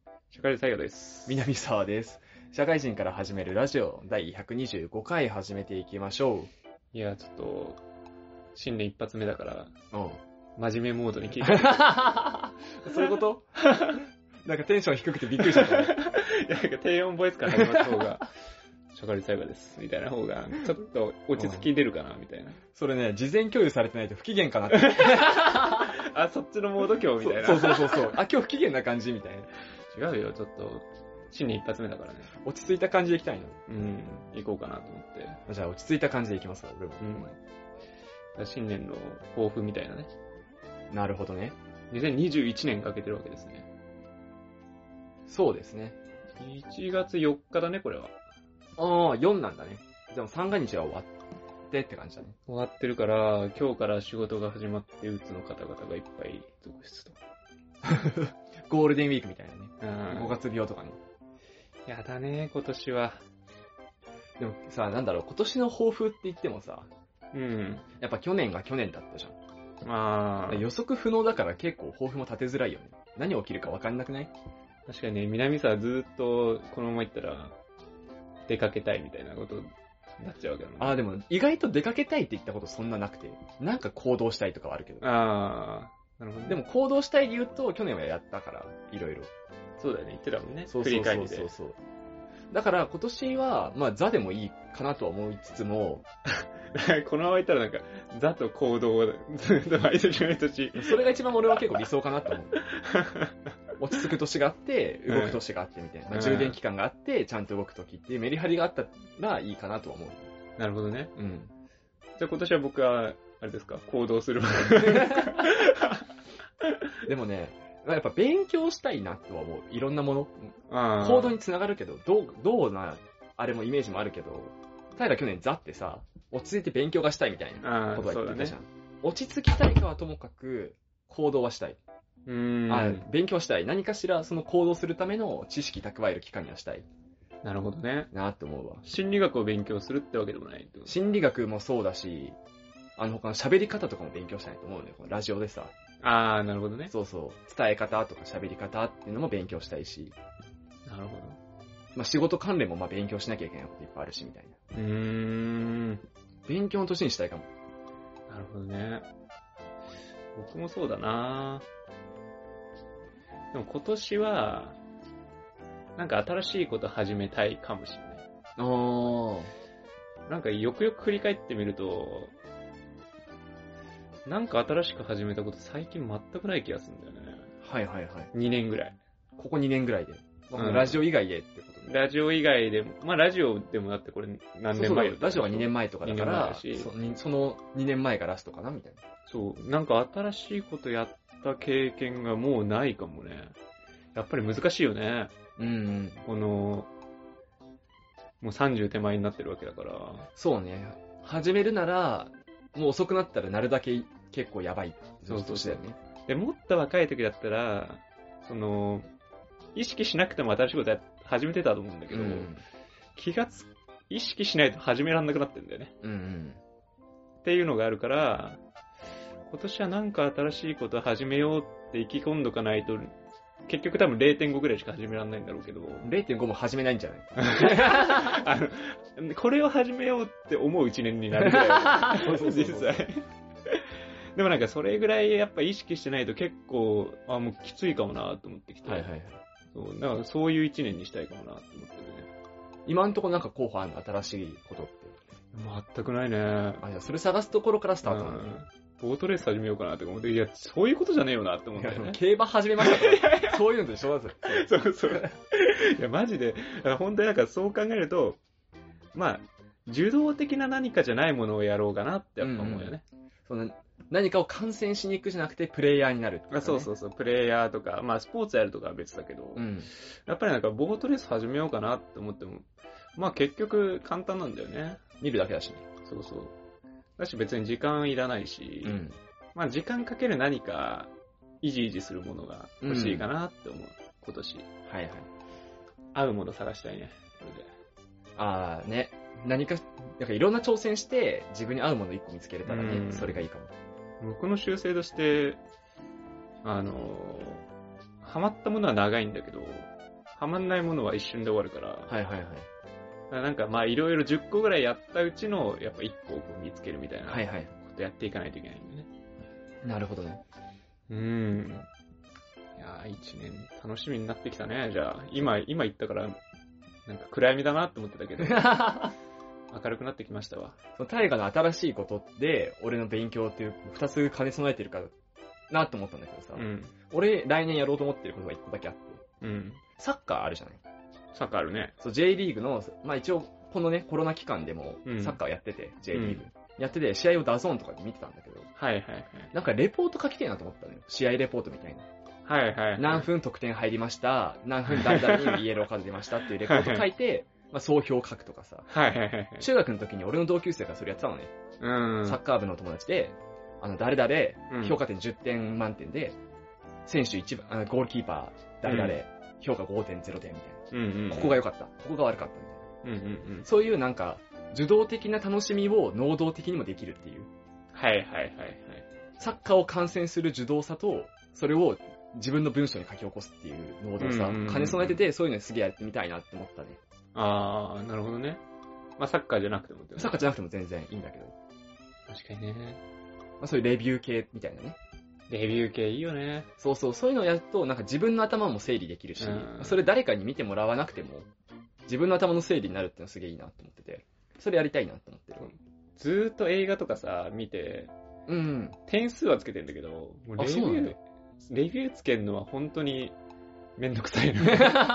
社会作業です。 南沢です。社会人から始めるラジオ第125回始めていきましょいや、ちょっと、新年一発目だから、 う。うん。 真面目モードに切り替えて。 そういうことなんかテンション低くてびっくりしちゃったね。 いや、なんか低音ボイスから始まった方が、社会作業です。みたいな方が、ちょっと落ち着き出るかな、みたいな。 それね、事前共有されてないと不機嫌かなって。 あ、そっちのモード今日みたいな。 そう。あ、今日不機嫌な感じみたいな。 違うよ、ちょっと、新年一発目だからね。 落ち着いた感じでいきたいの。 行こうかなと思って。 じゃあ落ち着いた感じでいきますわ、俺も。 新年の抱負みたいなね。 なるほどね。 2021年かけてるわけですね。 そうですね。 1月4日だね、これは。 ああ、4なんだね。でも三が日が終わってって感じだね。 終わってるから、今日から仕事が始まって鬱の方々がいっぱい続出と。 ゴールデンウィークみたいなね。 5 5月病とかね。 やだね、今年は。 でもさ、なんだろう、今年の抱負って言ってもさ、やっぱ去年が去年だったじゃん。予測不能だから結構抱負も立てづらいよね。何起きるか分かんなくない？ 確かにね、南さずっとこのまま行ったら、出かけたいみたいなことになっちゃうわけだもんね。 でも意外と出かけたいって言ったことそんななくて、なんか行動したいとかはあるけど。 なるほどね。 でも行動したいで言うと、去年はやったから、いろいろ。 そうだよね、言ってたもんね。 そう。だから今年は、まあザでもいいかなとは思いつつも、 このまま行ったらなんか、ザと行動をずっと毎年。 それが一番俺は結構理想かなと思う。落ち着く年があって、動く年があってみたいな。充電期間があって、ちゃんと動く時っていうメリハリがあったらいいかなとは思う。 なるほどね。 うん。 じゃあ今年は僕は、あれですか、行動する。 でもね、やっぱ勉強したいなとは思う。いろんなもの。行動につながるけど、どうな、あれもイメージもあるけど、平去年ザってさ、落ち着いて勉強がしたいみたいなことは言ってたじゃん。落ち着きたいかはともかく、行動はしたい。勉強したい。何かしらその行動するための知識蓄える期間にはしたい。 なるほどね。 なって思うわ。 心理学を勉強するってわけでもないってこと。 心理学もそうだし、他の喋り方とかも勉強したいと思うね。このラジオでさ。 なるほどね。 そう。伝え方とか喋り方っていうのも勉強したいし。 なるほど。 まあ仕事関連もまあ勉強しなきゃいけないこといっぱいあるしみたいな。勉強の年にしたいかも。 なるほどね。僕もそうだな。でも今年は、なんか新しいこと始めたいかもしれない。なんかよくよく振り返ってみると、なんか新しく始めたこと最近全くない気がするんだよね。 はい。 2年ぐらい。 ここ2年ぐらいで。ラジオ以外でってことで。ラジオ以外でも、まあラジオでもだってこれ何年前ラジオが2年前とかだから、その2年前がラストかなみたいな。 そう、なんか新しいことやった経験がもうないかもね。やっぱり難しいよね。この、もう30手前になってるわけだから。 そうね。始めるなら、もう遅くなったらなるだけ結構やばい年だよね。 で、もっと若い時だったら、意識しなくても新しいこと始めてたと思うんだけど、意識しないと始めらんなくなってるんだよね。っていうのがあるから、今年はなんか新しいこと始めようって意気込んどかないと、結局多分 0.5 ぐらいしか始めらんないんだろうけど。 0.5 も始めないんじゃないこれを始めようって思う一年になるぐらい。実際。でもなんかそれぐらいやっぱ意識してないと結構、もうきついかもなと思ってきて。そう、なんかそういう一年にしたいかもなと思ってるね。 今んとこなんか候補あるの？新しいことって。 全くないね。 それ探すところからスタートなのね。 ボートレース始めようかなって思って、いや、そういうことじゃねえよなって思って、ね。 競馬始めましたとか、そういうのと一緒だぜ。 そう。いや、マジで、本当になんかそう考えると、まあ、受動的な何かじゃないものをやろうかなってやっぱ思うよね。 何かを観戦しに行くじゃなくて、プレイヤーになる、ね。 そう、プレイヤーとか、まあ、スポーツやるとかは別だけど、やっぱりなんかボートレース始めようかなって思っても、まあ結局簡単なんだよね。 見るだけだしね。 そう。だし別に時間いらないし、まあ時間かける何か維持するものが欲しいかなって思う、今年。合うもの探したいね、それで。 ね。なんかいろんな挑戦して自分に合うもの1個見つけれたらね、それがいいかも。 僕の習性として、 ハマったものは長いんだけど、ハマんないものは一瞬で終わるから。 はいはいはい。 なんかまあいろいろ10個ぐらいやったうちのやっぱ1個を見つけるみたいなこはいはい。 とやっていかないといけないんでね。 なるほどね。 いやー、1年楽しみになってきたね。じゃあ、今言ったから、なんか暗闇だなって思ってたけど、明るくなってきましたわ。 その大河の新しいことで、俺の勉強っていう2つ兼ね備えてるからなと思ったんだけどさ、俺来年やろうと思ってることが1個だけあって、サッカーあるじゃない。 サッカーあるね。 そう、J リーグの、まあ一応、このね、コロナ期間でも、サッカーやってて、J リーグ。やってて、試合をダゾーンとかで見てたんだけど、 はいはいはい。 なんかレポート書きたいなと思ったのよ。試合レポートみたいな。 はいはい、はい。 何分得点入りました、何分誰々にイエローカード出ましたっていうレポート書いて、まあ総評書くとかさ。 はいはいはい。 中学の時に俺の同級生がそれやってたのね。サッカー部の友達で、誰々、評価点10点満点で、選手1番、ゴールキーパー、誰々、評価 5.0 点みたいな。ここが良かった。ここが悪かったみたいな。そういうなんか、受動的な楽しみを能動的にもできるっていう。 はいはいはいはい。 サッカーを観戦する受動さと、それを自分の文章に書き起こすっていう能動さ、兼ね備えてて、そういうのすげえやってみたいなって思ったね。 あー、なるほどね。まあサッカーじゃなくても、 サッカーじゃなくても全然いいんだけど。 確かにね。 まあそういうレビュー系みたいなね。 レビュー系いいよね。 そうそう、そういうのをやると、なんか自分の頭も整理できるし、それ誰かに見てもらわなくても、自分の頭の整理になるってのはすげえいいなって思ってて、それやりたいなって思ってる。 ずーっと映画とかさ、見て、点数はつけてんだけど、もうレビューつけるのは本当にめんどくさいの。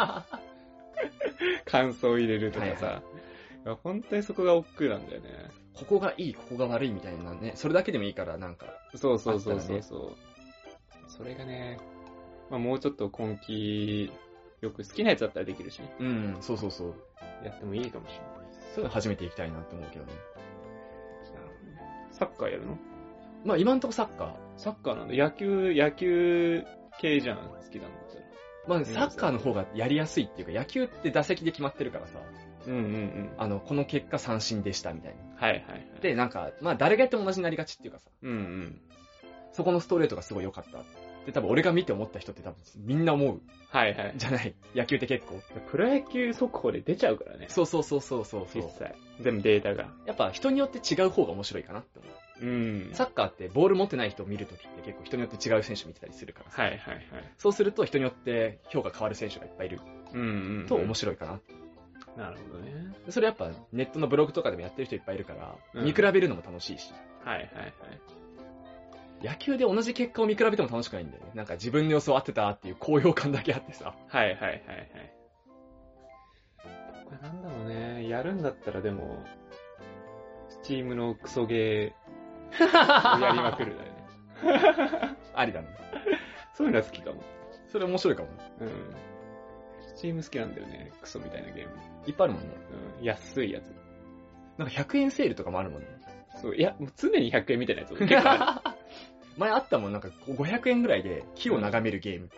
感想を入れるとかさ、本当にそこが億劫なんだよね。 ここがいい、ここが悪いみたいなね、それだけでもいいからなんか。 そうそうそうそう。それがね、まあもうちょっと根気よく好きなやつだったらできるしね。 そうそうそう。 やってもいいかもしれない。 そういうの始めていきたいなって思うけどね。 なるほどね。サッカーやるの？ まあ今んとこサッカーなんだ。野球系じゃん、好きなのって。 まあサッカーの方がやりやすいっていうか、野球って打席で決まってるからさ。この結果三振でしたみたいな。 はいはいはい。 で、なんか、まあ誰がやっても同じになりがちっていうかさ。そこのストレートがすごい良かった。で、多分俺が見て思った人って多分みんな思う。 はいはい。 じゃない。野球って結構。 プロ野球速報で出ちゃうからね。 そう。 実際。全部データが。 やっぱ人によって違う方が面白いかなって思う。サッカーってボール持ってない人を見るときって結構人によって違う選手見てたりするからさ。 はいはいはい。 そうすると人によって評価変わる選手がいっぱいいる。と面白いかな。 なるほどね。 それやっぱネットのブログとかでもやってる人いっぱいいるから、見比べるのも楽しいし。 はいはいはい。 野球で同じ結果を見比べても楽しくないんだよね。なんか自分の予想合ってたっていう高揚感だけあってさ。 はいはいはいはい。これなんだろうね。やるんだったらでも、スチームのクソゲーをやりまくるだよね。 ありだね。 そういうのは好きかも。 それ面白いかも。 スチーム好きなんだよね。クソみたいなゲーム。 いっぱいあるもんね。 安いやつ。 なんか100円セールとかもあるもんね。 そう、いや、もう常に100円みたいなやつ結構ある。 前あったもん、なんか500円ぐらいで木を眺めるゲーム。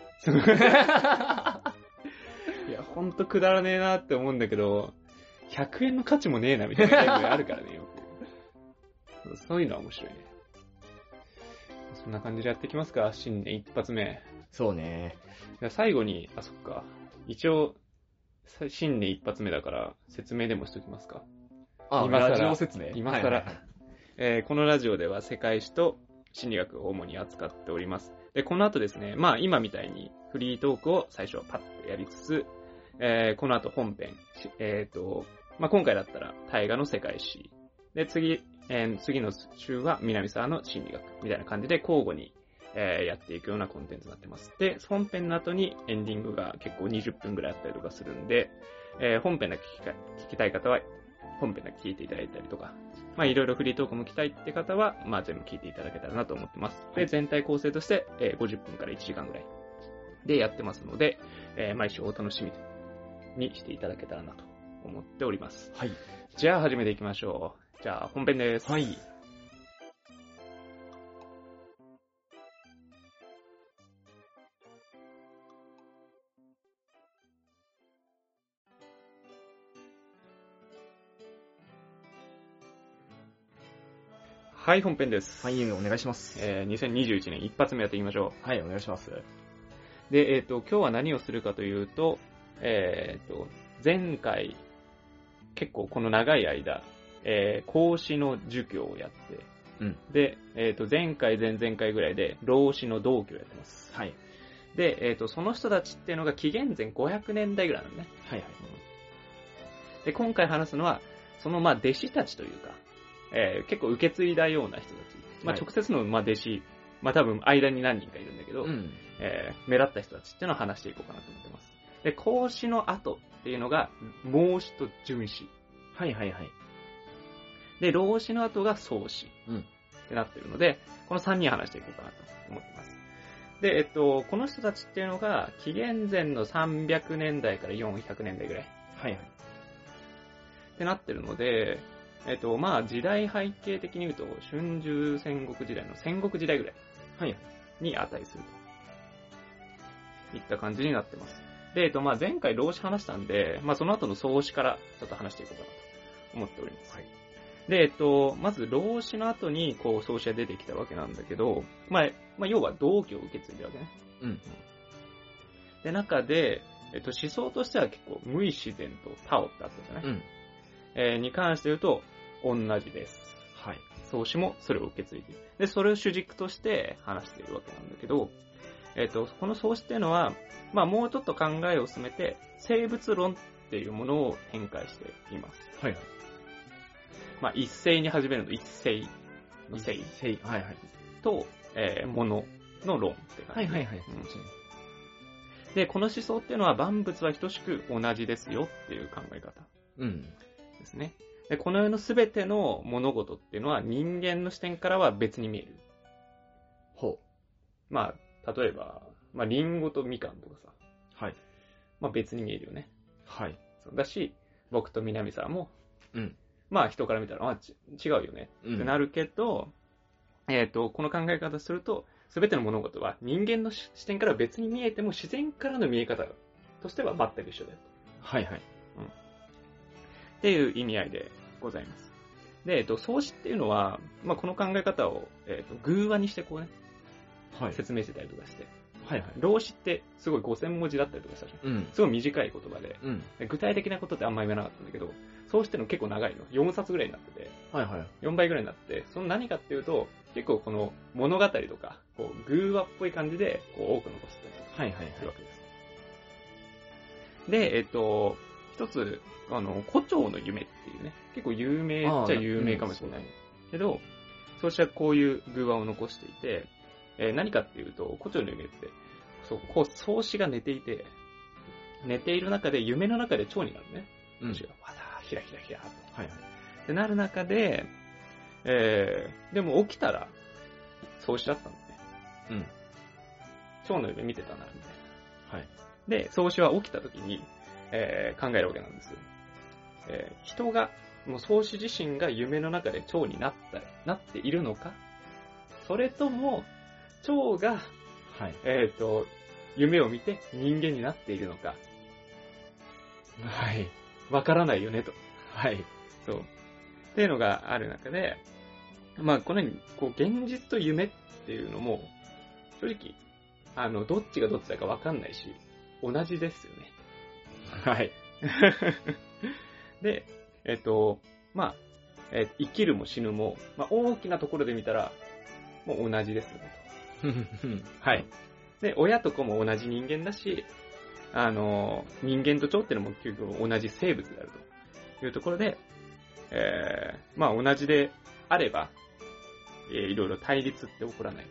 いや、ほんとくだらねえなって思うんだけど、100円の価値もねえなみたいなゲームがあるからね、よく。そういうのは面白いね。そんな感じでやっていきますか、新年一発目。 そうね。 最後に、そっか。一応、新年一発目だから説明でもしときますか。 今更ラジオ説明。 今更、このラジオでは世界史と心理学を主に扱っております。で、この後ですね、まあ今みたいにフリートークを最初はパッとやりつつ、この後本編、まあ今回だったら大河の世界史。で、次の週は南沢の心理学みたいな感じで交互に、やっていくようなコンテンツになってます。で、本編の後にエンディングが結構20分くらいあったりとかするんで、本編だけ聞きたい方は本編だけ聞いていただいたりとか、まあいろいろフリートークも聞きたいって方は、まあ全部聞いていただけたらなと思ってます。で、全体構成として、50分から1時間ぐらいでやってますので、毎週お楽しみにしていただけたらなと思っております。 はい。 じゃあ始めていきましょう。じゃあ本編です。 はい。 はい、本編です。 はい、お願いします。 2021年一発目やっていきましょう。はい、お願いします。 で、今日は何をするかというと、前回、結構この長い間、孔子の儒教をやって、 うん。 で、前回、前々回ぐらいで、老子の道教をやってます。 はい。 で、その人たちっていうのが紀元前500年代ぐらいなのね。 はいはい。 で、今回話すのは、その弟子たちというか、結構受け継いだような人たち。直接の弟子、多分間に何人かいるんだけど、目立った人たちっていうのを話していこうかなと思ってます。で、孔子の後っていうのが、孟子と荀子。 はいはいはい。 で、老子の後が宋子。ってなってるので、この3人話していこうかなと思ってます。で、この人たちっていうのが、紀元前の300年代から400年代ぐらい。 はいはい。 ってなってるので、時代背景的に言うと、春秋戦国時代の戦国時代ぐらい。 はい。 に値すると。いった感じになってます。で、前回老子話したんで、その後の宋子からちょっと話していこうかなと思っております。 はい。 で、まず老子の後に、宋子が出てきたわけなんだけど、要は道教を受け継いでるわけね。 うん。 で、中で、思想としては結構無自然とタオってあったじゃない？に関して言うと、同じです。 はい。 宋子もそれを受け継いでいる。で、それを主軸として話しているわけなんだけど、この宋子っていうのは、もうちょっと考えを進めて、生物論っていうものを展開しています。 はいはい。 一斉に始めるの、一斉。 はいはい。 と、ものの論って感じ。 はいはいはい。 で、この思想っていうのは万物は等しく同じですよっていう考え方。ですね。で、この世のすべての物事っていうのは人間の視点からは別に見える。 ほう。例えば、リンゴとみかんとかさ。 はい。 別に見えるよね。 はい。 そうだし、僕と南さんも、人から見たら、違うよねってなるけど、この考え方すると、すべての物事は人間の視点から別に見えても自然からの見え方としては全く一緒だよ。 はいはい。 っていう意味合いでございます。で、宋子っていうのは、この考え方を、偶話にしてこうね、説明してたりとかして、老子ってすごい5000文字だったりとかしたじゃん。すごい短い言葉で、具体的なことってあんまり言わなかったんだけど、そうしての結構長いの。4冊ぐらいになってて、4倍ぐらいになって、その何かっていうと、結構この物語とか、偶話っぽい感じで、多く残してたりするわけです。で、一つ、胡蝶の夢っていうね、結構有名っちゃ有名かもしれないけど、そうしたこういう偶話を残していて、何かっていうと、胡蝶の夢って、宋子が寝ていて、寝ている中で夢の中で蝶になるね。虫が、わたひらひらひらと。ってなる中で、でも起きたら、宋子だったんだね。蝶の夢見てたな、みたいな。で、宋子は起きた時に、考えるわけなんですよ。人が、もう宋子自身が夢の中で蝶になっているのか、それとも、蝶が、夢を見て人間になっているのか、わからないよねと。そう。っていうのがある中で、このように、現実と夢っていうのも、正直、どっちがどっちだかわかんないし、同じですよね。で、生きるも死ぬも、大きなところで見たら、もう同じですよねと。で、親と子も同じ人間だし、人間と蝶っていうのも結局同じ生物であるというところで、同じであれば、いろいろ対立って起こらない。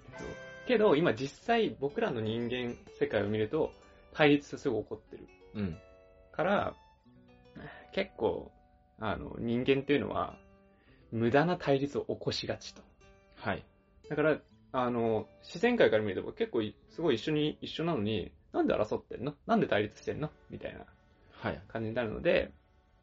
けど、今実際僕らの人間世界を見ると、対立すぐ起こってる。から、結構、人間っていうのは、無駄な対立を起こしがちと。だから、自然界から見ると結構すごい一緒なのに、なんで争ってんの？なんで対立してんの？みたいな感じになるので、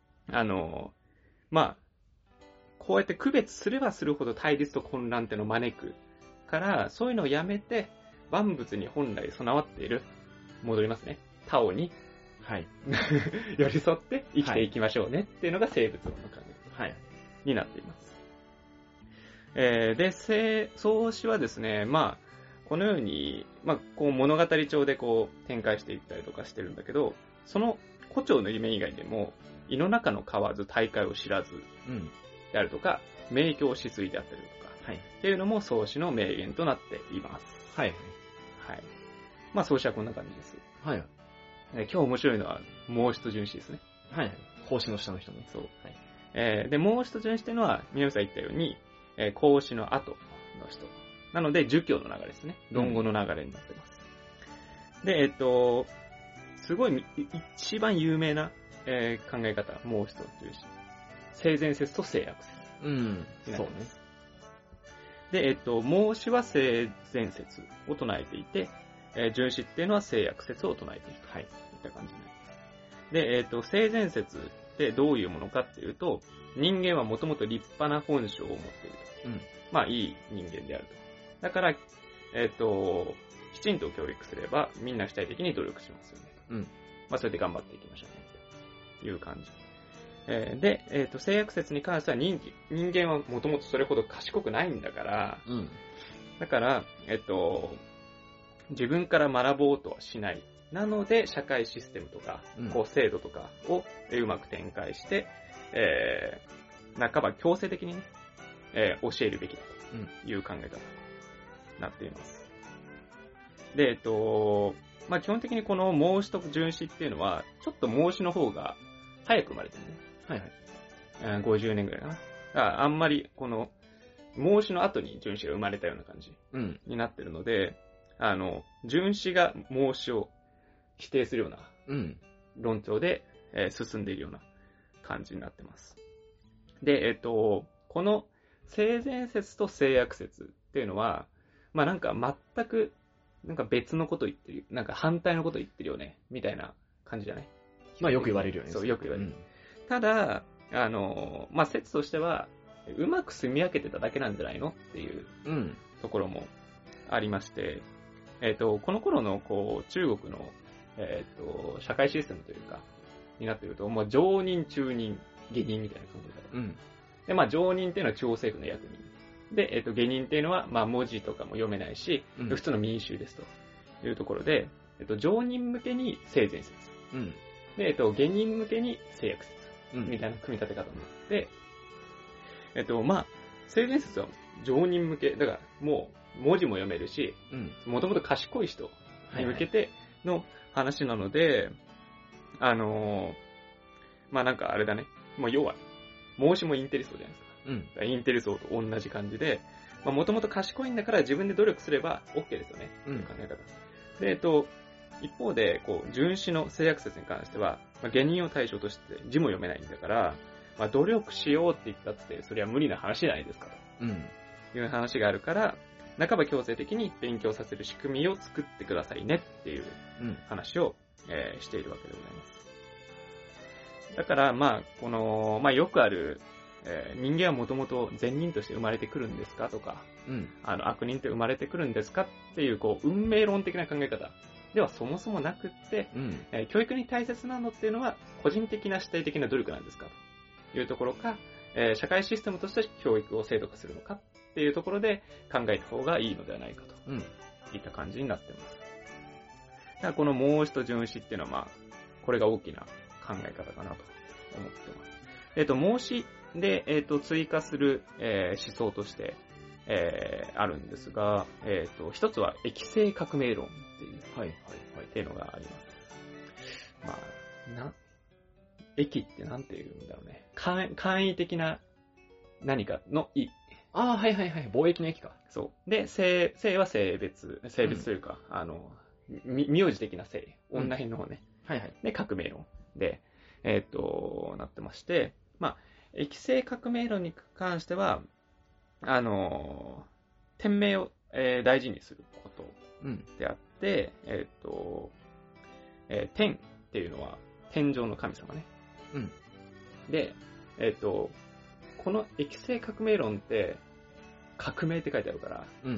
こうやって区別すればするほど対立と混乱っていうのを招くから、そういうのをやめて、万物に本来備わっている、戻りますね。タオに、寄り添って生きていきましょうねっていうのが生物論の考えになっています。で、宋子はですね、 このように、まあ、こう物語調でこう展開していったりとかしてるんだけど、その胡蝶の夢以外でも、胃の中の買わず大海を知らずであるとか、名教止水であったりとか、はい、っていうのも創始の名言となっています。 はい。 はい。まあ創始はこんな感じです。 はい。 今日面白いのは、孟子と荀子ですね。 はい。孔子の下の人ね。 そう。はい。で、孟子と荀子っていうのは、皆さん言ったように、孔子の後の人。なので、儒教の流れですね。論語の流れになってます。で、すごい、一番有名な、考え方、孟子と荀子。性善説と性悪説。 そうね。 で、孟子は性善説を唱えていて、荀子っていうのは性悪説を唱えていると。はい。いった感じになります。で、性善説ってどういうものかっていうと、人間はもともと立派な本性を持っていると。まあ、いい人間であると。だから、きちんと教育すれば、みんな主体的に努力しますよね。まあ、それで頑張っていきましょうね。という感じ。で、性悪説に関しては人間はもともとそれほど賢くないんだから、だから、自分から学ぼうとはしない。なので、社会システムとか、こう制度とかをうまく展開して、半ば強制的にね、教えるべきだという考え方になっています。で、まあ、基本的にこの孟子と荀子っていうのは、ちょっと孟子の方が早く生まれてるね。はいはい。50年ぐらいかな。だからあんまり、この、孟子の後に荀子が生まれたような感じになってるので、荀子が孟子を否定するような論調で、進んでいるような感じになってます。で、この性善説と性悪説っていうのは、まあなんか全く、なんか別のこと言ってる、なんか反対のこと言ってるよね、みたいな感じじゃない？ まあよく言われるよね。 そう、よく言われる。ただ、まあ説としては、うまく住み分けてただけなんじゃないのっていうところもありまして、この頃のこう中国の、社会システムというか、になってくると、もう上人、中人、下人みたいな感じだ。で、まあ上人っていうのは中央政府の役人。で、下人っていうのは、まあ文字とかも読めないし、普通の民衆ですというところで、上人向けに性善説。で、下人向けに性悪説。みたいな組み立て方になって、まあ、性善説は上人向け、だからもう文字も読めるし、もともと賢い人に向けての話なので、まあなんかあれだね、もう要は、孟子もインテリ層じゃないですか。インテリ層と同じ感じで、まあもともと賢いんだから自分で努力すれば OK ですよね。という考え方。で、一方で、こう、荀子の性悪説に関しては、まあ、下人を対象として字も読めないんだから、まあ、努力しようって言ったって、それは無理な話じゃないですかと。いう話があるから、半ば強制的に勉強させる仕組みを作ってくださいねっていう話を、しているわけでございます。だから、まあ、この、まあ、よくある、人間はもともと善人として生まれてくるんですかとか、悪人って生まれてくるんですかっていう、こう、運命論的な考え方。ではそもそもなくって、教育に大切なのっていうのは個人的な主体的な努力なんですかというところか、社会システムとして教育を制度化するのかっていうところで考えた方がいいのではないかといった感じになっています。だからこの孟子と荀子っていうのはまあこれが大きな考え方かなと思っています。孟子で追加する思想としてあるんですが、一つは液性革命論っていう、っていうのがあります。まあ、液ってなんて言うんだろうね。簡易的な何かの意。 貿易の液か。 そう。で、性は性別というか、名字的な性。女編の方ね。で、革命論で、なってまして、まあ、液性革命論に関しては、天命を、大事にすることであって、天っていうのは天上の神様ね。で、この液性革命論って革命って書いてあるから、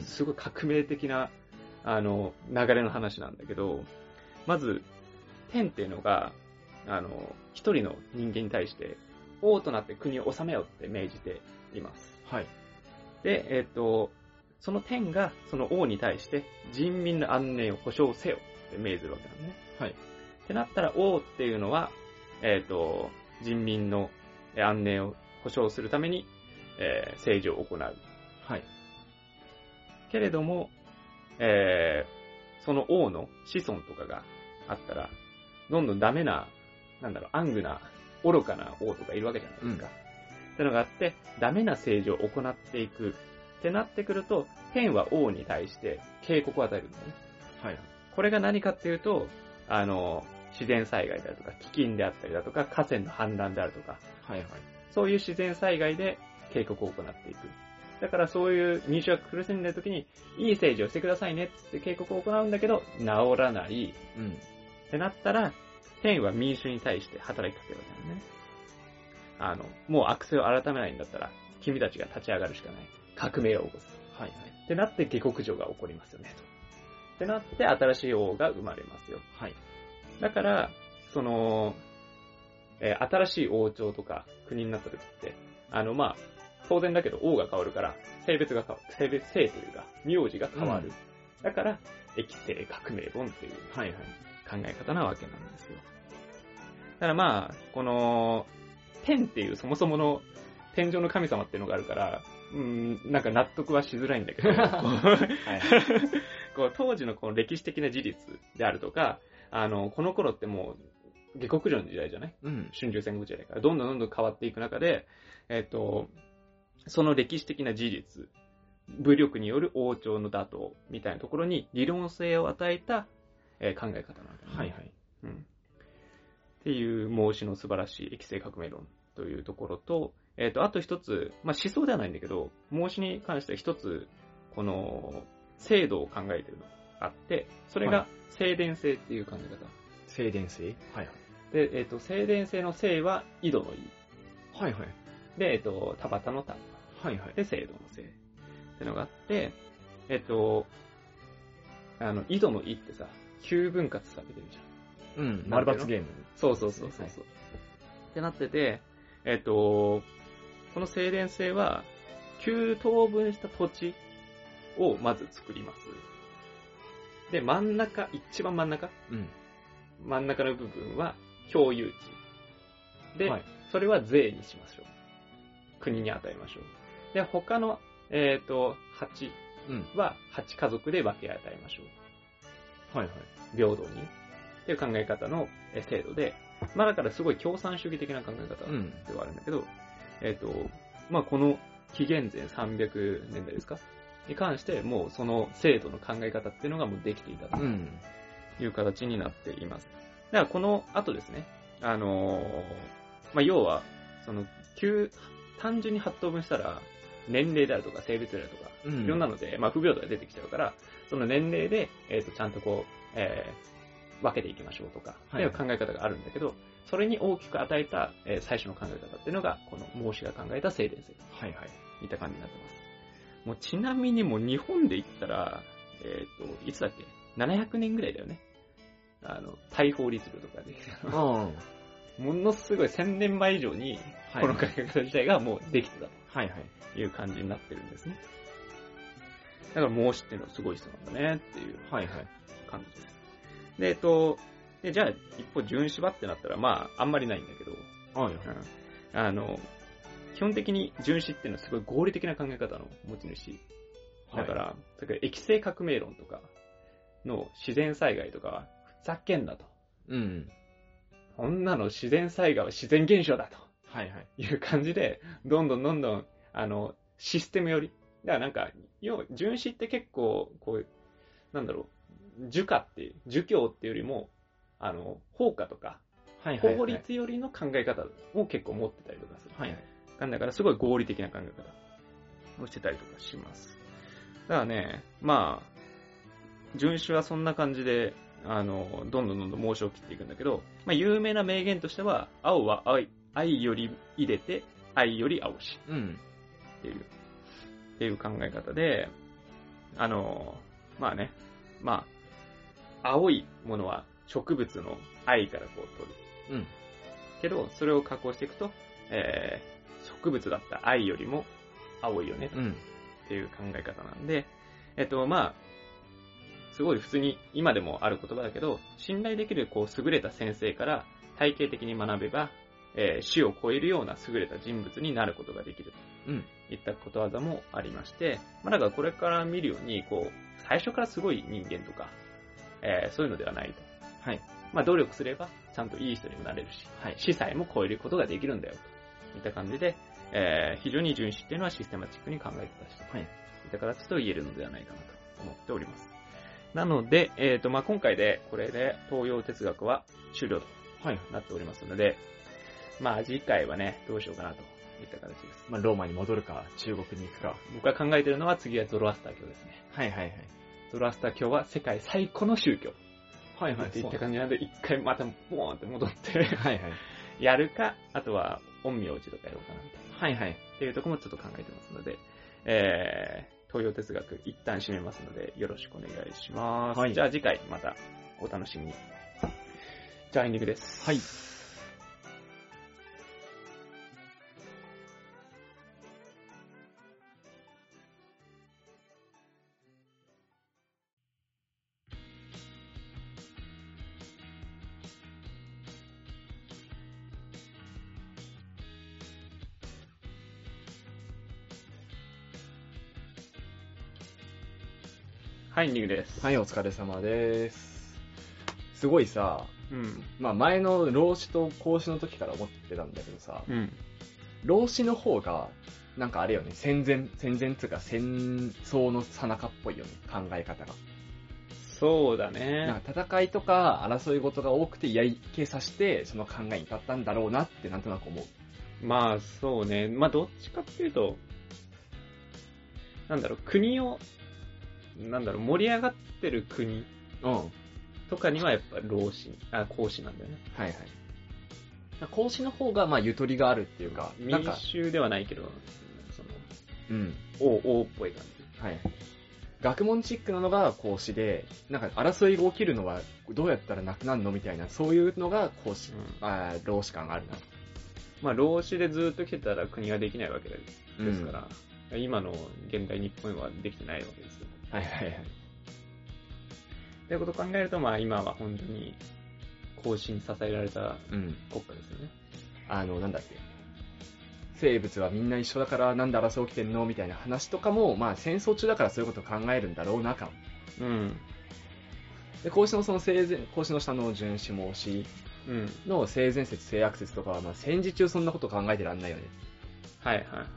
すごい革命的な流れの話なんだけど、まず天っていうのが一人の人間に対して王となって国を治めようって命じています。で、 その天がその王に対して人民の安寧を保障せよって命ずるわけなんね。 はい。 ってなったら王っていうのは、人民の安寧を保障するために、政治を行う。 はい。 けれども、その王の子孫とかがあったら、どんどんダメな、暗愚な、愚かな王とかいるわけじゃないですか。ってのがあって、ダメな政治を行っていくってなってくると、天は王に対して警告を与えるんだね。 はい。 これが何かっていうと、自然災害であるとか、飢饉であったりだとか、河川の氾濫であるとか、 はいはい。 そういう自然災害で警告を行っていく。だからそういう民主が苦しんでる時に、いい政治をしてくださいねって警告を行うんだけど、治らない。ってなったら、天は民主に対して働きかけるわけだよね。もう悪性を改めないんだったら、君たちが立ち上がるしかない。革命を起こす。 はいはい。 ってなって下克上が起こりますよね、と。ってなって新しい王が生まれますよ。 はい。 だから、新しい王朝とか国になった時って、当然だけど王が変わるから、性別が変わる。性というか、名字が変わる。だから、易政革命論っていう考え方なわけなんですよ。だからこの、天っていうそもそもの天上の神様っていうのがあるから、納得はしづらいんだけど、当時のこの歴史的な事実であるとか、この頃ってもう、下克上の時代じゃない？春秋戦国時代からどんどん変わっていく中で、その歴史的な事実、武力による王朝の打倒みたいなところに理論性を与えた、考え方なんだよね。 はいはい。 っていう孟子の素晴らしい易政革命論というところと、あと一つ、思想ではないんだけど、孟子に関しては一つ、この、制度を考えているのがあって、それが、静電性っていう考え方。 静電性？はいはい。 で、静電性の静は、井戸の井。 はいはい。 で、田畑の田。 はいはい。 で、制度の静。ってのがあって、井戸の井ってさ、9分割されてるじゃん。 丸抜ゲーム。 そう。ってなってて、この静電性は、9等分した土地をまず作ります。で、一番真ん中、真ん中の部分は共有地。で、それは税にしましょう。国に与えましょう。で、他の、8は8家族で分け与えましょう。はいはい。平等に。っていう考え方の制度で、だからすごい共産主義的な考え方ではあるんだけど、この紀元前300年代ですかに関して、もうその制度の考え方っていうのがもうできていたという形になっています。だからこの後ですね、要は、単純に8等分したら、年齢であるとか性別であるとか、いろんなので、不平等が出てきちゃうから、その年齢で、ちゃんと分けていきましょうとか、っていう考え方があるんだけど、それに大きく与えた、最初の考え方っていうのが、この孟子が考えた静電性。いった感じになってます。もうちなみにもう日本で言ったら、いつだっけ ?700 年ぐらいだよね。大法律令とかで。ものすごい1000年前以上に、この考え方自体がもうできてたという感じになってるんですね。だから孟子っていうのはすごい人なんだねっていう感じです。で、じゃあ一方純子場ってなったらあんまりないんだけど、基本的に純子っていうのはすごい合理的な考え方の持ち主。だから、易政革命論とかの自然災害とかはふざけんなと。こんなの自然災害は自然現象だと。いう感じで、どんどん、システムより。だから純子って結構、儒教っていうよりも、法家とか、法律よりの考え方を結構持ってたりとかする。だからすごい合理的な考え方をしてたりとかします。だからね、純子はそんな感じで、どんどん孟子を切っていくんだけど、有名な名言としては、青は愛より入れて、愛より青し。っていう考え方で、青いものは植物の愛から取る。けど、それを加工していくと、植物だった愛よりも青いよね。っっていう考え方なんで、まあ、すごい普通に今でもある言葉だけど、信頼できるこう優れた先生から体系的に学べば、死を超えるような優れた人物になることができるといったことわざもありまして、まあだからこれから見るように、こう、最初からすごい人間とか、そういうのではないと。 はい。 まあ努力すればちゃんといい人にもなれるし、 はい。 死さえも超えることができるんだよといった感じで、非常に純子っていうのはシステマチックに考えてた人といった形と言えるのではないかなと思っております。なので、まあ今回でこれで東洋哲学は終了となっておりますので、まあ次回はね、どうしようかなといった形です。 まあローマに戻るか、中国に行くか。 僕が考えているのは次はゾロアスター教ですね。 はいはいはい。 ゾロアスター教は世界最古の宗教。 はいはい。 っていった感じなんで、一回またボーンって戻ってはいはい。 やるか、あとは陰陽師とかやろうかなみたいな。 はいはい。 っていうところもちょっと考えてますので、東洋哲学一旦締めますので、よろしくお願いします。はい。じゃあ次回またお楽しみに。じゃあエンディングです。 はい。 はい、エンディングです。 はい、お疲れ様です。すごいさ、 うん。 まあ前の老子と孔子の時から思ってたんだけどさ、 うん。 老子の方が、なんかあれよね、戦前つうか戦争の最中っぽいよね、考え方が。 そうだね。 なんか戦いとか争い事が多くてやり消さして、その考えに立ったんだろうなってなんとなく思う。 まあそうね。まあどっちかっていうと、なんだろう、国を、なんだろう、盛り上がってる国とかにはやっぱ孔子なんだよね。 はいはい。孔子の方がまあゆとりがあるっていうか、 民衆ではないけど、その、王っぽい感じ。 はい。学問チックなのが孔子で、なんか争いが起きるのはどうやったらなくなるのみたいな、そういうのが孔子、老子感があるな。 まあ老子でずっと来てたら国ができないわけですから、今の現代日本はできてないわけですよ。 はいはいはい。 ということを考えると、まあ今は本当に孔子に支えられた国家ですよね。 なんだっけ。生物はみんな一緒だからなんで争い起きてんのみたいな話とかも、まあ戦争中だからそういうことを考えるんだろうな感。 うん。 で、孔子の孔子の下の荀子孟子の性善説性悪説とかは、まあ戦時中そんなこと考えてらんないよね。 はいはいはい。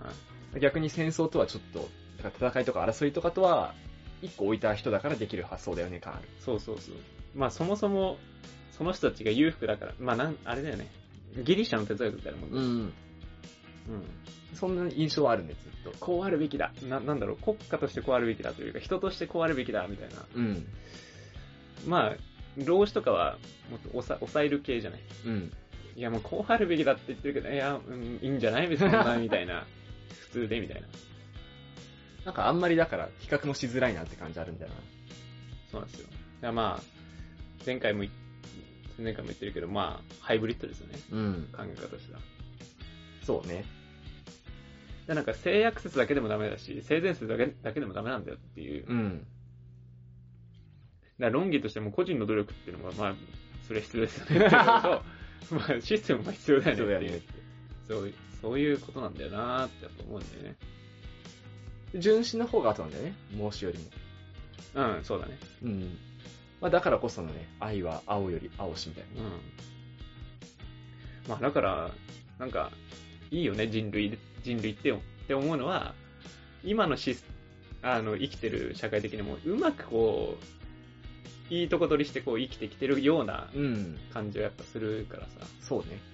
逆に戦争とはちょっと、だから戦いとか争いとかとは、一個置いた人だからできる発想だよね、感ある。 そうそうそう。まあそもそも、その人たちが裕福だから、まああれだよね。ギリシャの哲学みたいなもんだよ。 そんな印象はあるね、ずっと。 こうあるべきだ。なんだろう、国家としてこうあるべきだというか、人としてこうあるべきだ、みたいな。まあ、老子とかは、もっと抑える系じゃない。いや、もうこうあるべきだって言ってるけど、いや、いいんじゃない別にな、みたいな。普通で、みたいな。 なんかあんまりだから比較もしづらいなって感じあるんだよな。 そうなんですよ。いやまあ、前回も言ってるけど、まあ、ハイブリッドですよね。考え方としては。 そうね。 でなんか性悪説だけでもダメだし、性善説だけでもダメなんだよっていう。だから論議としても個人の努力っていうのは、まあ、それ必要ですよね。まあ、システムも必要だよねっていう。そういうことなんだよなーってやっぱ思うんだよね。 純子の方が後なんだよね、孟子よりも。 そうだね。 まあだからこそのね、愛は青より青しみたいな。 まあだから、なんか、いいよね、人類って思うのは、今の生きてる社会的にも、うまくこう、いいとこ取りしてこう生きてきてるような感じはやっぱするからさ。 そうね。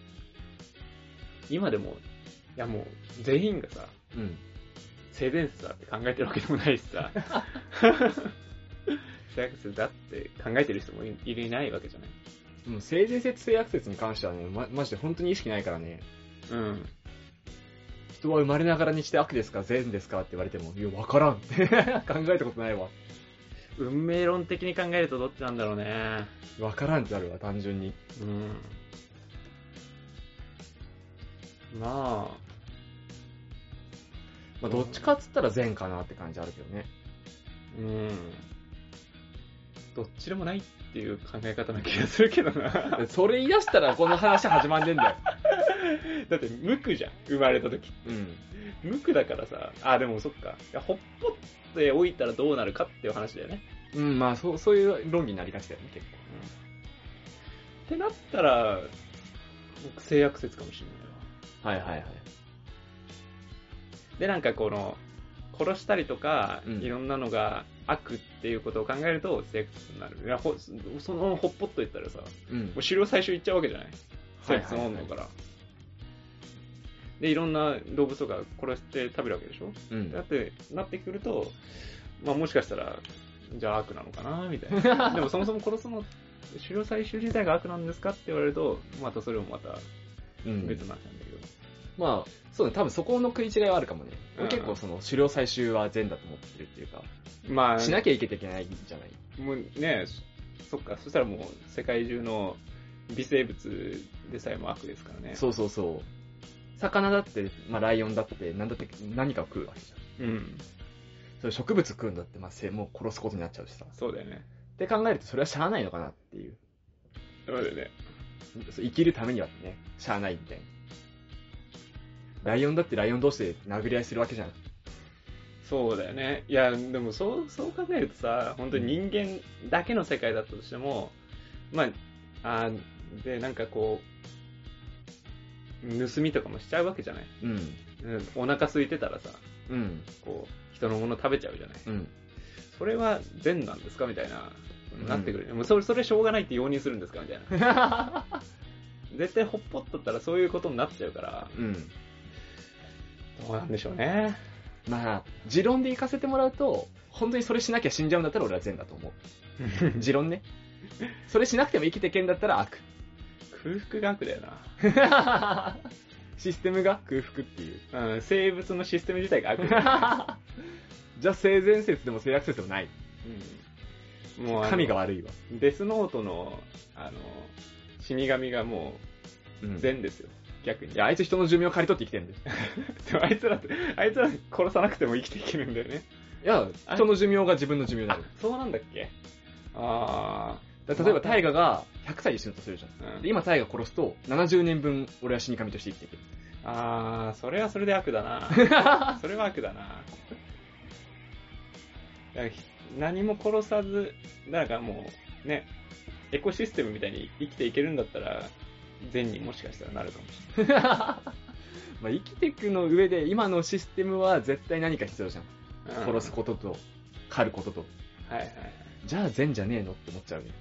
今でも、いやもう、全員がさ、性善説だって考えてるわけでもないしさ、性悪説だって考えてる人もいないわけじゃない。 性善説性悪説に関してはね、マジで本当に意識ないからね。人は生まれながらにして悪ですか善ですかって言われても、いや、わからん。考えたことないわ。 運命論的に考えるとどっちなんだろうね。 わからんってなるわ、単純に。 まあ。 まあ、どっちかっつったら善かなって感じあるけどね。 どっちでもないっていう考え方な気がするけどな。 それ言い出したらこの話始まんねえんだよ。 だって無垢じゃん、生まれた時。無垢だからさ、でもそっか。ほっぽっておいたらどうなるかっていう話だよね。 まあそういう論議になりがちだよね、結構。 ってなったら、性悪説かもしれないわ。 はい。 で、なんかこの、殺したりとか、いろんなのが悪っていうことを考えると、性悪説になる。いや、そのほっぽっといったらさ、もう狩猟最初行っちゃうわけじゃない。生物の温度から。で、いろんな動物とか殺して食べるわけでしょ。だってなってくると、まあもしかしたら、じゃあ悪なのかなみたいな。でもそもそも殺すの、狩猟採集自体が悪なんですかって言われると、またそれもまた別なんだけど。 まあ、そうね、多分そこの食い違いはあるかもね。結構その狩猟採集は善だと思ってるっていうか、まあ、しなきゃいけないんじゃない。 もうね、そっか、そしたらもう世界中の微生物でさえも悪ですからね。 そう。魚だって、まあライオンだって、なんだって何かを食うわけじゃん。それ植物食うんだって、まあもう殺すことになっちゃうしさ。 そうだよね。 って考えるとそれはしゃあないのかなっていう。 そうだよね。 生きるためにはね、しゃあないみたいな。ライオンだってライオン同士で殴り合いするわけじゃん。 そうだよね。いや、でもそう考えるとさ、本当に人間だけの世界だったとしても、まあ、で、なんかこう、盗みとかもしちゃうわけじゃない。お腹空いてたらさ、こう、人のもの食べちゃうじゃない。それは善なんですかみたいな、なってくる。もうそれしょうがないって容認するんですかみたいな。絶対ほっぽっとったらそういうことになっちゃうから、どうなんでしょうね。 まあ、持論で行かせてもらうと、本当にそれしなきゃ死んじゃうんだったら俺は善だと思う。持論ね。それしなくても生きてけんだったら悪。 空腹が悪だよな。 システムが空腹っていう。 生物のシステム自体が悪だ。じゃあ性善説でも性悪説でもない。もう神が悪いわ。 デスノートの、死神がもう、善ですよ。逆に。 いや、あいつ人の寿命を借り取って生きてるんだよ。 でもあいつら殺さなくても生きていけるんだよね。 いや、人の寿命が自分の寿命になる。 そうなんだっけ。 例えば大河が100歳で死ぬとするじゃん。で今大河殺すと70年分俺は死神として生きていける。 それはそれで悪だな。それは悪だな。何も殺さず、だからもう、ね、エコシステムみたいに生きていけるんだったら、善にもしかしたらなるかもしれない。 まあ生きていくの上で今のシステムは絶対何か必要じゃん。殺すことと、狩ることと。じゃあ善じゃねえのって思っちゃうね。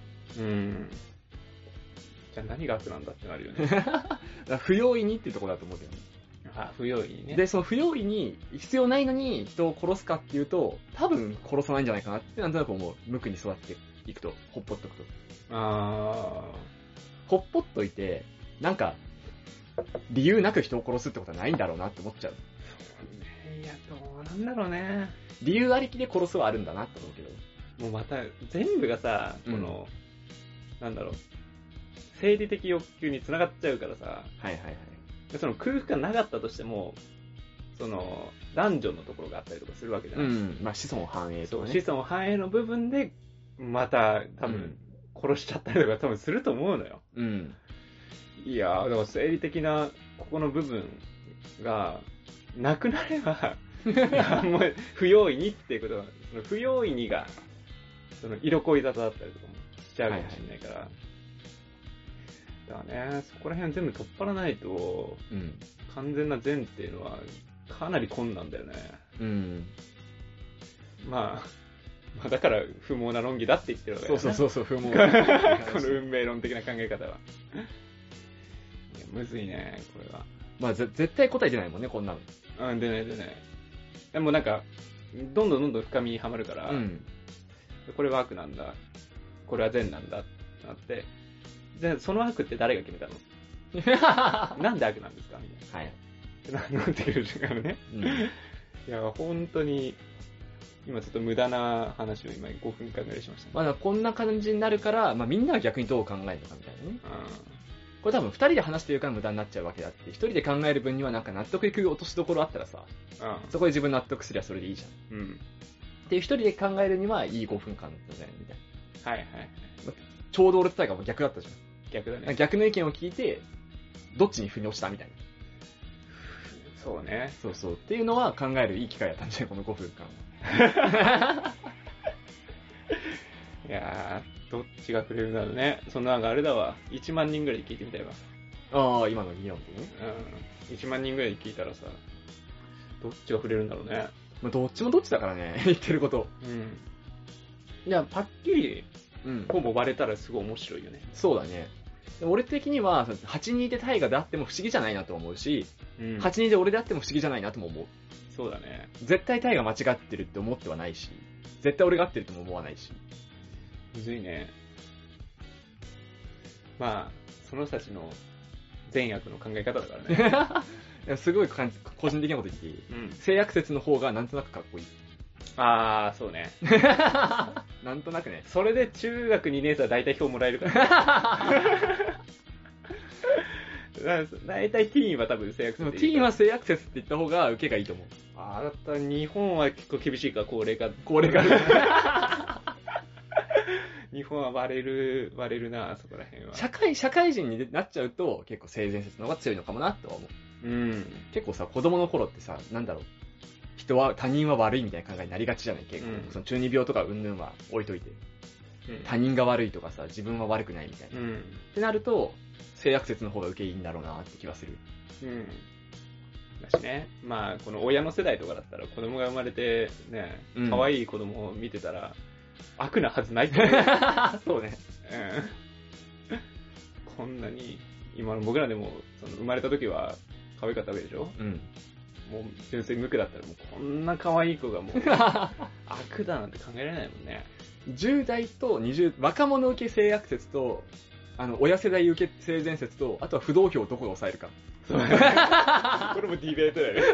じゃあ何が悪なんだってなるよね。 不用意にっていうところだと思うけどね。 不用意にね。 で、その不用意に必要ないのに人を殺すかっていうと、多分殺さないんじゃないかなってなんとなく思う。無垢に育っていくと、ほっぽっとくと。ほっぽっといて、なんか、理由なく人を殺すってことはないんだろうなって思っちゃう。 いや、どうなんだろうね。 理由ありきで殺すはあるんだなって思うけど。 もうまた、全部がさ、この、なんだろう、生理的欲求に繋がっちゃうからさ、でその空腹がなかったとしても、その、男女のところがあったりとかするわけじゃない。 まあ子孫繁栄とかね。 子孫繁栄の部分で、また、多分、殺しちゃったりとか多分すると思うのよ。いやー、だから生理的な、ここの部分が、なくなれば、もう不用意にっていうことは、その不用意にが、その色恋沙汰だったりとかもしちゃうかもしれないから、だからね、そこら辺全部取っ払わないと、完全な善っていうのはかなり困難だよね。まあだから不毛な論議だって言ってるわけだよね。 そう、不毛。 この運命論的な考え方は。いや、むずいね、これは。 まあ絶対答え出ないもんね、こんなの。 出ない。でもなんか、どんどん深みにはまるから、これは悪なんだ、これは善なんだってなって、で、その悪って誰が決めたのなんで悪なんですかみたいな。なってくる時間ね。いや、本当に、今ちょっと無駄な話を今5分間ぐらいしましたね。 まあこんな感じになるから、まあみんなは逆にどう考えるのかみたいなね。 これ多分2人で話してるから無駄になっちゃうわけだって、1人で考える分にはなんか納得いく落としどころあったらさ、そこで自分納得すりゃそれでいいじゃん。っていう1人で考えるにはいい5分間だったんじゃないみたいな。はいはい。ちょうど俺とタイガも逆だったじゃん。逆だね。逆の意見を聞いて、どっちに腑に落ちたみたいな。 そうね。 そうそう。っていうのは考えるいい機会だったんじゃないこの5分間は。 いやー、どっちが触れるんだろうね。そんなのがあれだわ。1万人ぐらいで聞いてみたいわ。 ああ、今の議論でね。 1万人ぐらいで聞いたらさ、どっちが触れるんだろうね。 まあ、どっちもどっちだからね、言ってること。 いや、パッキリ、ほぼ割れたらすごい面白いよね。 そうだね。俺的には、8人でタイガであっても不思議じゃないなと思うし、8人で俺であっても不思議じゃないなとも思う。 そうだね。 絶対タイガ間違ってるって思ってはないし、絶対俺が合ってるとも思わないし。 むずいね。まあ、その人たちの善悪の考え方だからね。すごい個人的なこと言っていい？性悪説の方がなんとなくかっこいい。 あー、そうね。 なんとなくね。 それで中学2年生は大体票もらえるから。大体ティーンは多分性悪説。 ティーンは性悪説って言った方が受けがいいと思う。 だったら日本は結構厳しいか、高齢化。日本は割れるな、そこら辺は。 社会人になっちゃうと、結構性善説の方が強いのかもなとは思う。結構さ、子供の頃ってさ、なんだろう。他人は悪いみたいな考えになりがちじゃない結構。その中二病とか云々は置いといて。他人が悪いとかさ、自分は悪くないみたいな。ってなると、性悪説の方が受けいいんだろうなって気がする。 だしね。まあ、この親の世代とかだったら子供が生まれて、ね、可愛い子供を見てたら、悪なはずないってそうね。 こんなに、今の僕らでも、生まれた時は可愛かったわけでしょ？もう純粋無垢だったら、もうこんな可愛い子がもう、悪だなんて考えられないもんね。 10代と20、若者受け性悪説と、親世代受け性善説と、あとは不動票をどこで抑えるか。 そうこれもディベートだよね。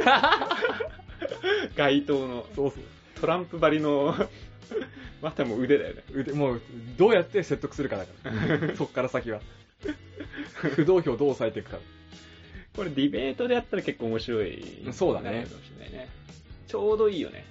街頭の。そうそう。トランプ張りの、またもう腕だよね。 もう、どうやって説得するかだから。そっから先は。不動票をどう抑えていくか。 これディベートでやったら結構面白い。 そうだね。 ちょうどいいよね。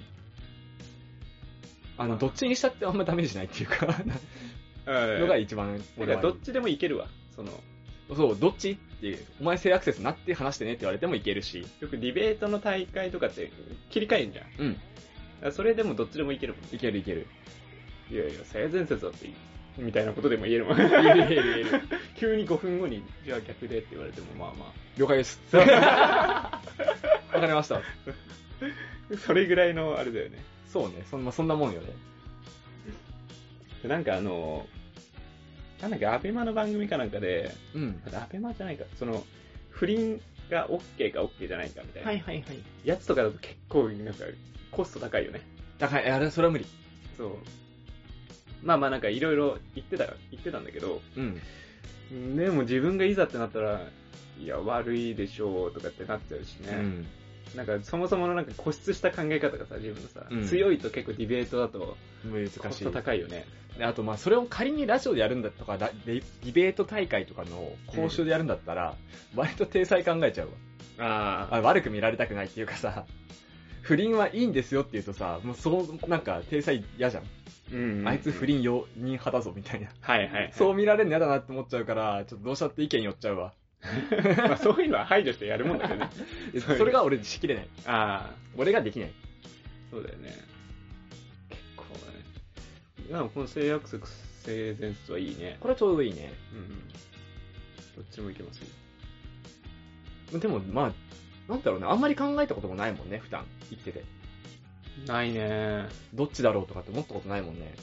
どっちにしたってあんまダメージないっていうか、のが一番俺は。どっちでもいけるわ。 そう、どっちっていう、お前性悪説なって話してねって言われてもいけるし。 よくディベートの大会とかって切り替えるじゃん。それでもどっちでもいけるもん。 いける。いやいや、性善説だっていい。みたいなことでも言えるもん。 言える。 急に5分後に、じゃあ逆でって言われても、まあまあ。 了解です。わかりました。 それぐらいのあれだよね。 そうね。そんなもんよね。 なんかなんだっけ、アベマの番組かなんかで、アベマじゃないか、不倫が OK か OK じゃないかみたいな。やつとかだと結構、なんか、コスト高いよね。 高い。それは無理。 そう。まあなんかいろいろ言ってたんだけど、でも自分がいざってなったら、いや、悪いでしょうとかってなっちゃうしね。なんかそもそものなんか固執した考え方がさ、自分のさ、強いと結構ディベートだと、 難しい。 コスト高いよね。 あとそれを仮にラジオでやるんだとか、ディベート大会とかの講習でやるんだったら、割と体裁考えちゃうわ。悪く見られたくないっていうかさ、不倫はいいんですよって言うとさ、もうなんか体裁嫌じゃん。あいつ不倫容認派だぞみたいな。そう見られるの嫌だなって思っちゃうから、ちょっとどうしたって意見寄っちゃうわ。 そういうのは排除してやるもんだけどね。 それが俺しきれない。俺ができない。 そうだよね。結構ね。今のこの性悪説、性善説はいいね。 これはちょうどいいね。 どっちもいけますよ。でもなんだろうね。あんまり考えたこともないもんね、普段生きてて。 ないね。 どっちだろうとかって思ったことないもんね。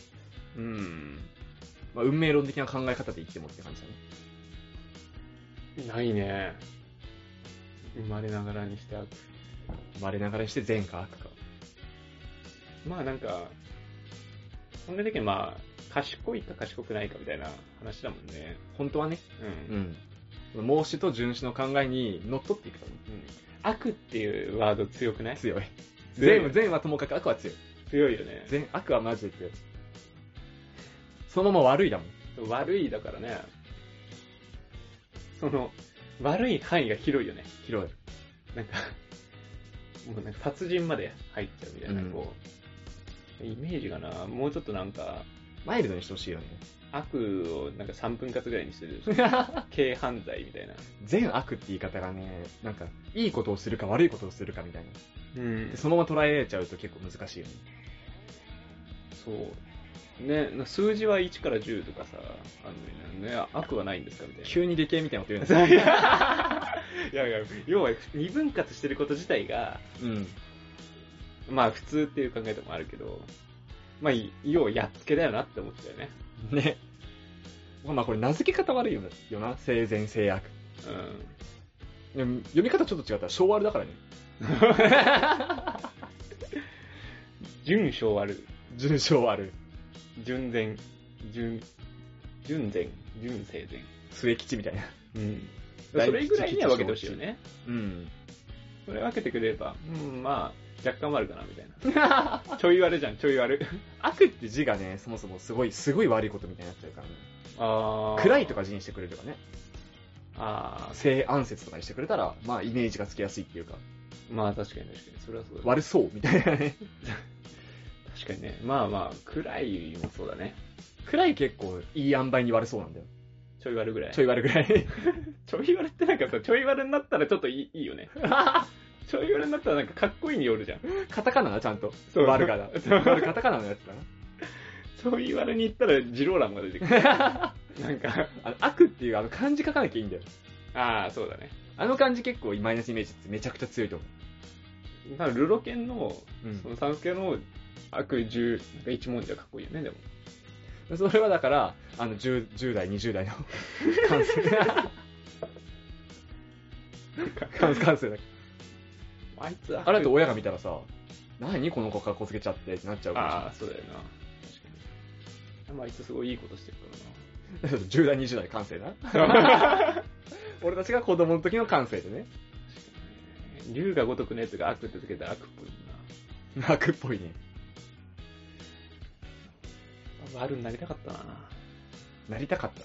運命論的な考え方で生きてもって感じだね。 ないね。生まれながらにして悪。 生まれながらにして善か悪か。 なんか、本来的に賢いか賢くないかみたいな話だもんね。 本当はね。孟子と荀子の考えにのっとっていくと思う。 悪っていうワード強くない？ 強い。善はともかく悪は強い。 強いよね。 悪はマジで強い。そのまま悪いだもん。 悪いだからね。 その、悪い範囲が広いよね。 広い。 なんか、もうなんか殺人まで入っちゃうみたいな、こう、イメージがな、もうちょっとなんか、 マイルドにしてほしいよね。 悪をなんか3分割ぐらいにしてる。軽犯罪みたいな。 善悪って言い方がね、なんか、いいことをするか悪いことをするかみたいな。 うん。 でそのまま捉えられちゃうと結構難しいよね。そう。 ね、数字は1から10とかさ、ね、悪はないんですかみたいな。 急に理系みたいなこと言うんですよ。 いやいや、要は二分割してること自体が、まあ普通っていう考え方もあるけど、まあ、要はやっつけだよなって思っちゃうよね。 ね。まあこれ名付け方悪いよな、生善性悪。でも読み方ちょっと違ったら小悪だからね。 純小悪。 純小悪。 純善。純善。純生善。 末吉みたいな。 うん。それぐらいには分けてほしいよね。 うん。 それ分けてくれれば、まあ、若干悪かな、みたいな。ちょい悪じゃん、ちょい悪。 悪って字がね、そもそもすごい悪いことみたいになっちゃうからね。暗いとか字にしてくれればね。性暗説とかにしてくれたら、まあイメージがつきやすいっていうか。 まあ確かに。それはそうだ、ね。 悪そうみたいなね。 確かにね。まあ、暗いもそうだね。 暗い結構いい塩梅に悪そうなんだよ。 ちょい悪ぐらい。 ちょい悪ぐらい。 ちょい悪ってなんかさ、ちょい悪になったらちょっといいよね。ちょい悪になったらなんかかっこいいによるじゃん。 カタカナな、ちゃんと。 そう。 悪がだ。悪カタカナのやつだな。 ちょい悪に言ったらジローランが出てくる。なんか悪っていう漢字書かなきゃいいんだよ。 そうだね。 漢字結構マイナスイメージってめちゃくちゃ強いと思う。多分ルロケンの、そのサンスケの悪10、一文字はかっこいいよね、でも。 それはだから、10代、20代の感性。感性だけど。 あいつあれだと親が見たらさ、何この子格好つけちゃってってなっちゃうかもしれない。 そうだよな。確かに。あいつすごいいいことしてるからな。 10代、20代感性な。俺たちが子供の時の感性でね。 龍が如くのやつが悪ってつけたら悪っぽいな。悪っぽいね。 悪になりたかったな。 なりたかった。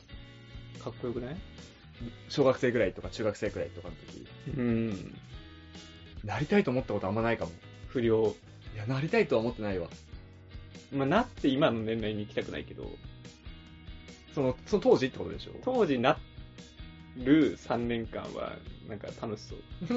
かっこよくない？ 小学生ぐらいとか中学生ぐらいとかの時。なりたいと思ったことあんまないかも。 不良。 いや、なりたいとは思ってないわ。 まあ、なって今の年齢に行きたくないけど。 その当時ってことでしょ？ 当時なる3年間は、なんか楽しそう。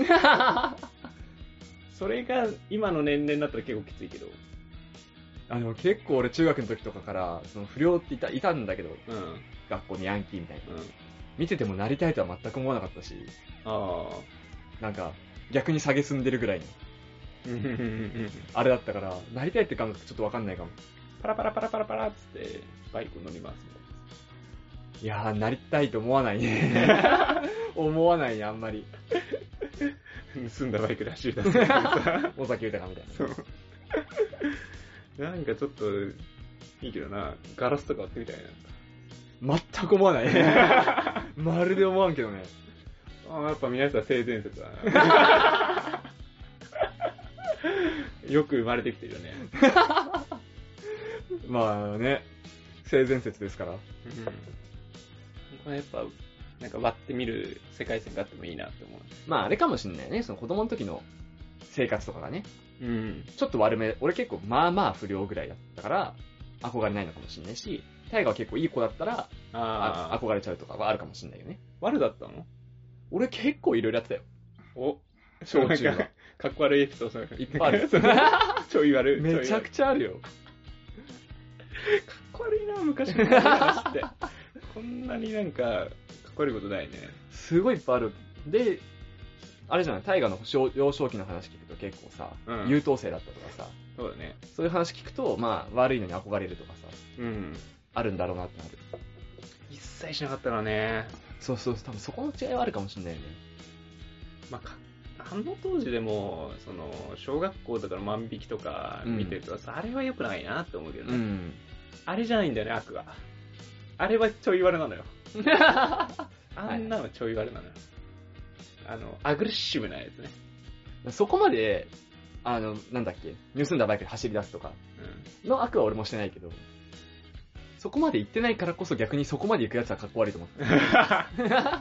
それが今の年齢になったら結構きついけど。 でも結構俺中学の時とかから、その不良っていたんだけど、学校にヤンキーみたいな。見ててもなりたいとは全く思わなかったし、なんか逆に下げすんでるぐらいの。あれだったから、なりたいって感覚ちょっとわかんないかも。 パラパラパラパラパラっつってバイク乗りますみたいな。 いやー、なりたいと思わないね。思わないね、あんまり。 盗んだバイクで走り出す。 尾崎豊みたいな。 そう。なんかちょっと、いいけどな、ガラスとか割ってみたいな。全く思わない。まるで思わんけどね。 やっぱ皆さん性善説だな。よく生まれてきてるよね。 まあね、性善説ですから。 これやっぱ、なんか割ってみる世界線があってもいいなって思う。 まああれかもしんないね、その子供の時の生活とかがね。ちょっと悪め、俺結構まあまあ不良ぐらいだったから、憧れないのかもしんないし、タイガは結構いい子だったら、憧れちゃうとかはあるかもしんないよね。 悪だったの？ 俺結構いろいろやってたよ。 小中は。かっこ悪いエピソードいっぱいある。 ちょい悪い。 めちゃくちゃあるよ。 かっこ悪いな、昔の話って。こんなになんか、かっこ悪いことないね。 すごいいっぱいある。で、あれじゃない、タイガの幼少期の話聞くと結構さ、優等生だったとかさ、 そうだね。 そういう話聞くと、まあ、悪いのに憧れるとかさ、あるんだろうなってなる。 一切しなかったのね。 そう、多分そこの違いはあるかもしれないよね。 まあ、あの当時でも、小学校とかの万引きとか見てるとさ、あれは良くないなって思うけどね。あれじゃないんだよね、悪は。あれはちょい悪なのよ。あんなのちょい悪なのよ。アグレッシブなやつね。 そこまで、なんだっけ、盗んだバイクで走り出すとかの悪は俺もしてないけど、そこまで行ってないからこそ逆にそこまで行くやつはかっこ悪いと思って。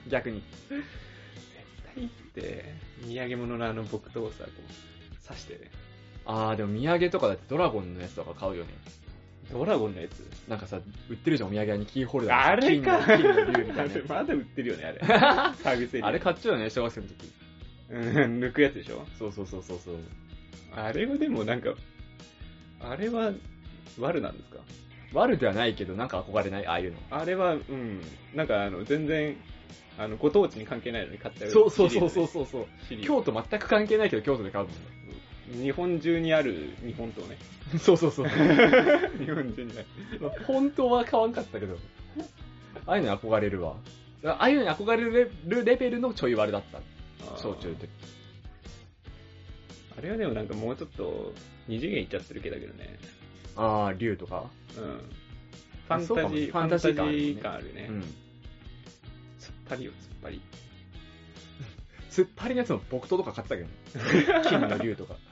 逆に。 絶対行って、土産物の木刀をさ、こう、刺してね。 でも土産とかだってドラゴンのやつとか買うよね。 ドラゴンのやつなんかさ、売ってるじゃん、お土産屋にキーホルダー。 あれか金の竜みたいな。 まだ売ってるよね、あれ。サービスエリア。 あれ買っちゃうよね、小学生の時。 抜くやつでしょ。 そう。 あれはでもなんか、あれは、悪なんですか？ 悪ではないけど、なんか憧れない？ああいうの。 あれは、なんか全然、ご当地に関係ないのに買っちゃう。 そう。京都全く関係ないけど、京都で買うもんね。 日本中にある日本刀ね。 そう。 日本中にある。 本当は買わんかったけど。ああいうのに憧れるわ。ああいうのに憧れるレベルのちょい悪だった。小中の時。 あれはでもなんかもうちょっと二次元いっちゃってる系だけどね。 竜とか？ ファンタジー感あるね。突っ張りよ、突っ張り。 突っ張りのやつの木刀とか買ってたけどね。金の竜とか。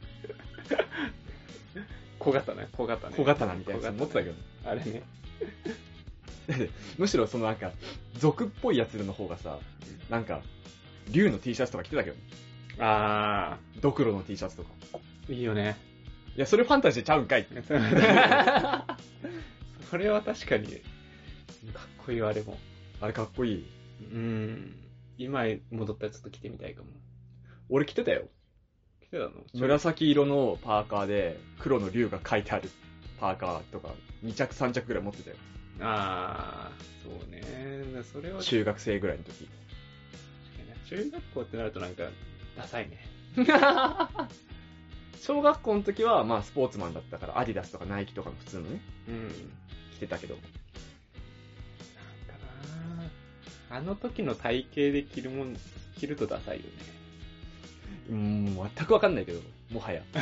小刀みたいなやつ持ってたけど。 あれね。 むしろそのなんか、俗っぽいやつの方がさ、なんか、竜の T シャツとか着てたけど。ドクロの T シャツとか。 いいよね。 いや、それファンタジーちゃうんかいって。 それは確かに、かっこいいよ、あれも。 あれかっこいい。 今戻ったらちょっと着てみたいかも。 俺着てたよ。 着てたの？ 紫色のパーカーで、黒の竜が書いてあるパーカーとか、2着3着ぐらい持ってたよ。 そうね。それは。 中学生ぐらいの時。 中学校ってなるとなんか、ダサいね。 小学校の時は、まあスポーツマンだったから、アディダスとかナイキとかの普通のね、着てたけど。なんかなあの時の体型で着るとダサいよね。全くわかんないけど、もはや。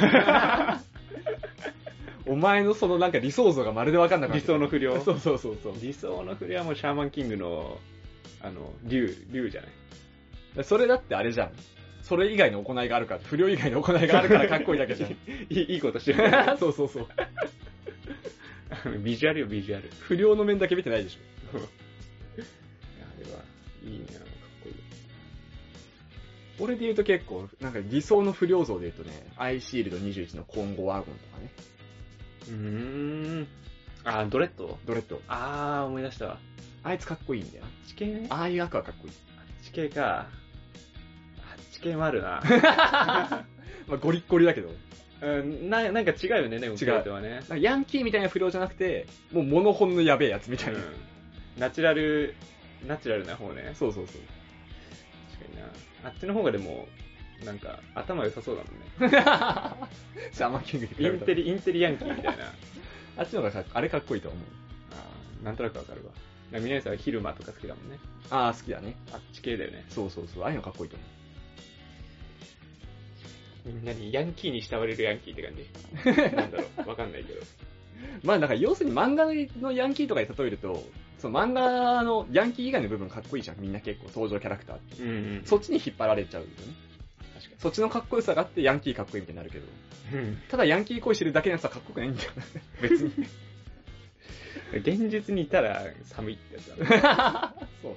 お前のそのなんか理想像がまるでわかんなかった。 理想の不良。 そう。 理想の不良はもうシャーマンキングの、竜じゃない。 それだってあれじゃん。それ以外の行いがあるから、不良以外の行いがあるからかっこいいだけじゃん。 いいことしてる。 そう。 ビジュアルよ、ビジュアル。 不良の面だけ見てないでしょ。 あれは、いいね、かっこいい。 俺で言うと結構、なんか理想の不良像で言うとね、アイシールド21のコンゴワゴンとかね。 ドレッド？ ドレッド。 思い出したわ。 あいつかっこいいんだよ。 地形ね。 ああいう赤はかっこいい。 地形か。地形もあるな。 まあゴリッゴリだけど。 なんか違うよね、でも。違う。ね。 ヤンキーみたいな不良じゃなくて、もうモノホンのやべえやつみたいな。 ナチュラルな方ね。 そう。 確かにな。あっちの方がでも、なんか、頭良さそうだもんね。 シャーマンキングに比べたらインテリヤンキーみたいな。 あっちの方があれかっこいいと思う。 なんとなくわかるわ。皆さんは昼間とか好きだもんね。 好きだね。 あっち系だよね。 そう。ああいうのかっこいいと思う。 みんなにヤンキーに慕われるヤンキーって感じ。なんだろう、わかんないけど。 まあ、だから要するに漫画のヤンキーとかで例えると、その漫画のヤンキー以外の部分かっこいいじゃん。みんな結構登場キャラクターって。そっちに引っ張られちゃうよね。確かに。そっちのかっこよさがあってヤンキーかっこいいみたいになるけど。ただヤンキー恋してるだけのやつはかっこよくないんだよ。別に。 現実にいたら寒いってやつだね。 そうね。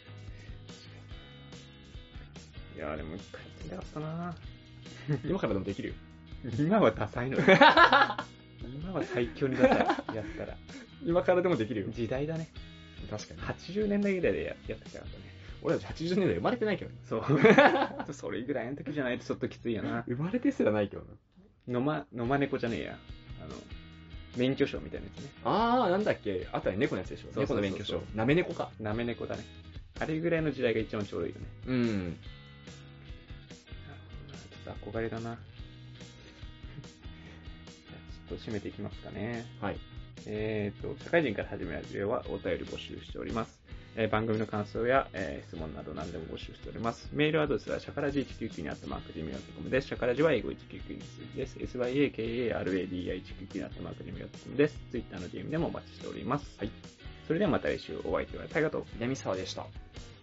いやでも一回やってみたかったな。 今からでもできるよ。 今はダサいのよ。今は最強にダサい。やったら。 今からでもできるよ。 時代だね。 確かに。 80年代ぐらいでやってたかったね。 俺たち80年代生まれてないけどね。 そう。それぐらいの時じゃないとちょっときついよな。 生まれてすらないけどな。野間猫じゃねえや。免許証みたいなやつね。 なんだっけあとは猫のやつでしょ。猫の免許証。なめ猫か。 なめ猫だね。あれぐらいの時代が一番ちょうどいいよね。ちょっと憧れだな。ちょっと締めていきますかね。 はい。 社会人から始めるラジオはお便り募集しております。番組の感想や、質問など何でも募集しております。メールアドレスはシャカラジ199@gmail.com です。シャカラジは英語199に数字です。SYAKARAD199@gmail.com です。Twitter の DM でもお待ちしております。 はい。 それではまた来週お会いいたい。タイガと南沢でした。